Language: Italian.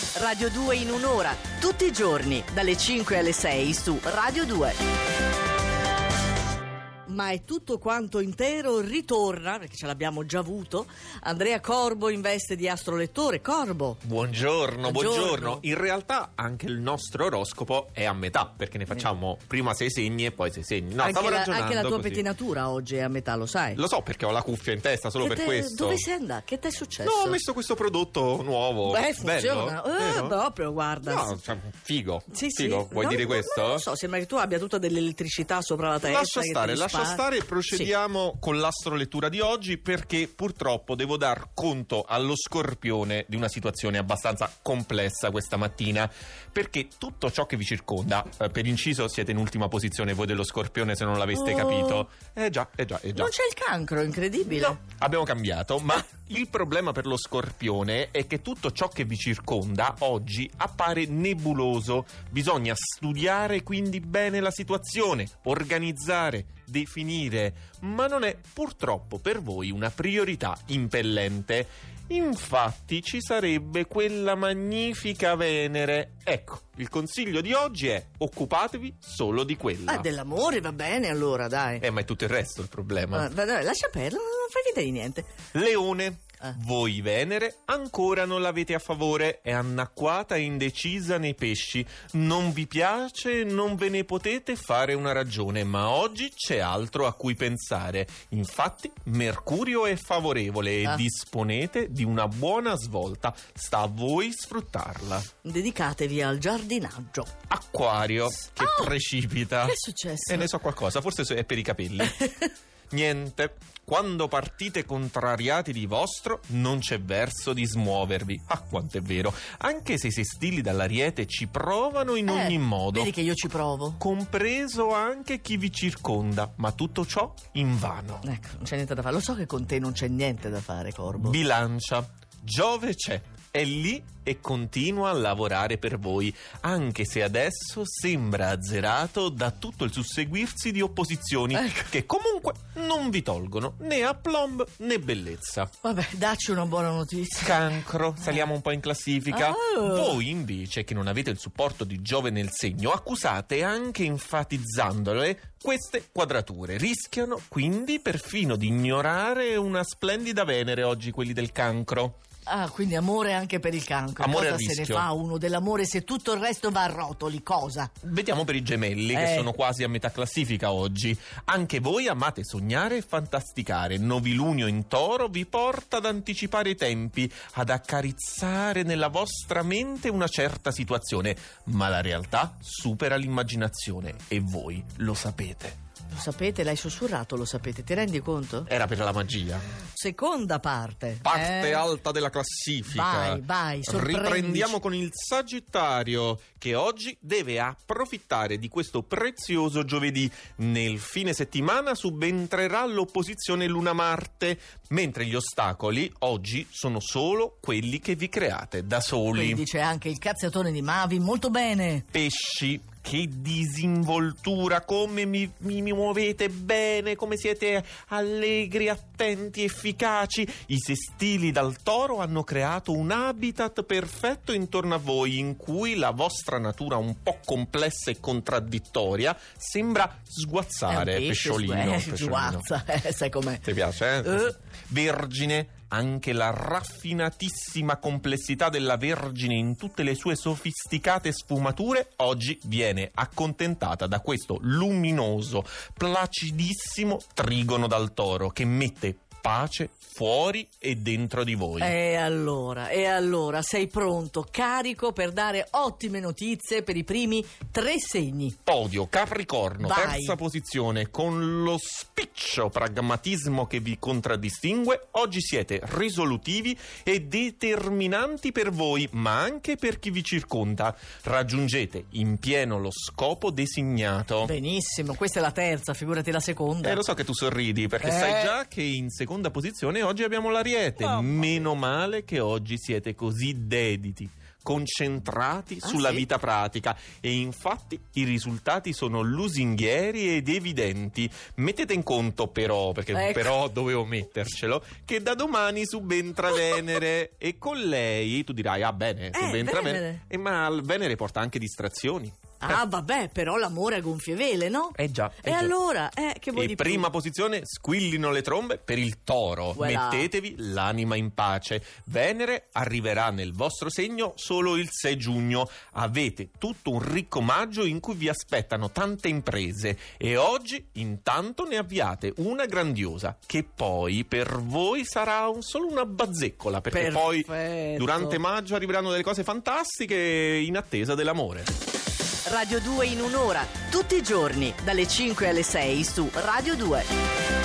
Radio 2 in un'ora, tutti i giorni, dalle 5 alle 6 su Radio 2. Ma è tutto quanto intero, ritorna, perché ce l'abbiamo già avuto, Andrea Corbo in veste di astrolettore. Corbo. Buongiorno. In realtà anche il nostro oroscopo è a metà, perché ne facciamo prima 6 segni e poi 6 segni. No, stavo ragionando anche la tua così. Pettinatura oggi è a metà, lo sai? Lo so, perché ho la cuffia in testa solo per questo. Dove sei andato? Che ti è successo? No, ho messo questo prodotto nuovo. Beh, funziona. Bello, proprio, guarda. No, cioè, figo. Sì. Figo. Vuoi dire questo? Non so, sembra che tu abbia tutta dell'elettricità sopra la testa. Lascia stare e procediamo con l'astrolettura di oggi, perché purtroppo devo dar conto allo Scorpione di una situazione abbastanza complessa questa mattina, perché tutto ciò che vi circonda, per inciso siete in ultima posizione voi dello Scorpione se non l'aveste capito. Già. Non c'è il cancro, incredibile. No, abbiamo cambiato, ma il problema per lo Scorpione è che tutto ciò che vi circonda oggi appare nebuloso. Bisogna studiare quindi bene la situazione, organizzare, definire, ma non è purtroppo per voi una priorità impellente. Infatti ci sarebbe quella magnifica Venere. Ecco, il consiglio di oggi è: occupatevi solo di quella. Dell'amore va bene allora, dai. Ma è tutto il resto il problema. Dai, lascia perdere, non fai finta di niente. Leone. Voi Venere ancora non l'avete a favore, è annacquata e indecisa nei pesci, non vi piace, non ve ne potete fare una ragione, ma oggi c'è altro a cui pensare. Infatti Mercurio è favorevole e disponete di una buona svolta, sta a voi sfruttarla. Dedicatevi al giardinaggio. Acquario, che precipita. Che è successo? Ne so qualcosa, forse è per i capelli. Niente, quando partite contrariati di vostro non c'è verso di smuovervi. Quanto è vero. Anche se i sestili dall'Ariete ci provano in ogni modo. Vedi che io ci provo. Compreso anche chi vi circonda, ma tutto ciò invano. Ecco, non c'è niente da fare. Lo so che con te non c'è niente da fare, Corbo. Bilancia. Giove c'è. È lì e continua a lavorare per voi, anche se adesso sembra azzerato da tutto il susseguirsi di opposizioni che comunque non vi tolgono né aplomb né bellezza. Vabbè, dacci una buona notizia. Cancro, saliamo un po' in classifica. Voi invece, che non avete il supporto di Giove nel segno, accusate anche enfatizzandole queste quadrature. Rischiano quindi perfino di ignorare una splendida Venere oggi, quelli del Cancro. Quindi amore anche per il cancro. Amore cosa a rischio. Se ne fa uno dell'amore se tutto il resto va a rotoli? Cosa? Vediamo per i Gemelli, che sono quasi a metà classifica oggi. Anche voi amate sognare e fantasticare. Novilunio in Toro vi porta ad anticipare i tempi, ad accarezzare nella vostra mente una certa situazione, ma la realtà supera l'immaginazione e voi lo sapete. Lo sapete, l'hai sussurrato, lo sapete, ti rendi conto? Era per la magia. Seconda parte. Parte alta della classifica. Vai, sorprendici. Riprendiamo con il Sagittario, che oggi deve approfittare di questo prezioso giovedì. Nel fine settimana subentrerà l'opposizione Luna-Marte, mentre gli ostacoli oggi sono solo quelli che vi create da soli. Quindi c'è anche il cazziatone di Mavi, molto bene. Pesci. Che disinvoltura, come mi muovete bene, come siete allegri, attenti, efficaci. I sestili dal Toro hanno creato un habitat perfetto intorno a voi, in cui la vostra natura un po' complessa e contraddittoria sembra sguazzare. Pesciolino. Sguazza, sai com'è. Ti piace? Vergine. Anche la raffinatissima complessità della Vergine in tutte le sue sofisticate sfumature oggi viene accontentata da questo luminoso, placidissimo trigono dal Toro che mette pace fuori e dentro di voi. E allora, sei pronto, carico per dare ottime notizie per i primi 3 segni. Podio, Capricorno, Vai. Terza posizione, con lo spiccio pragmatismo che vi contraddistingue, oggi siete risolutivi e determinanti per voi, ma anche per chi vi circonda. Raggiungete in pieno lo scopo designato. Benissimo, questa è la terza, figurati la seconda. Lo so che tu sorridi, perché sai già che in seconda seconda posizione oggi abbiamo l'Ariete. Meno male che oggi siete così dediti, concentrati sulla vita pratica, e infatti i risultati sono lusinghieri ed evidenti. Mettete in conto però, perché però dovevo mettercelo, che da domani subentra Venere e con lei tu dirai bene, subentra Venere. Ma Venere porta anche distrazioni. Vabbè, però l'amore a gonfie vele, no? Già. Allora, che vuoi di più? Prima posizione, squillino le trombe per il Toro. Voilà. Mettetevi l'anima in pace. Venere arriverà nel vostro segno solo il 6 giugno. Avete tutto un ricco maggio in cui vi aspettano tante imprese, e oggi intanto ne avviate una grandiosa, che poi per voi sarà solo una bazzeccola, perché poi durante maggio arriveranno delle cose fantastiche in attesa dell'amore. Radio 2 in un'ora, tutti i giorni, dalle 5 alle 6 su Radio 2.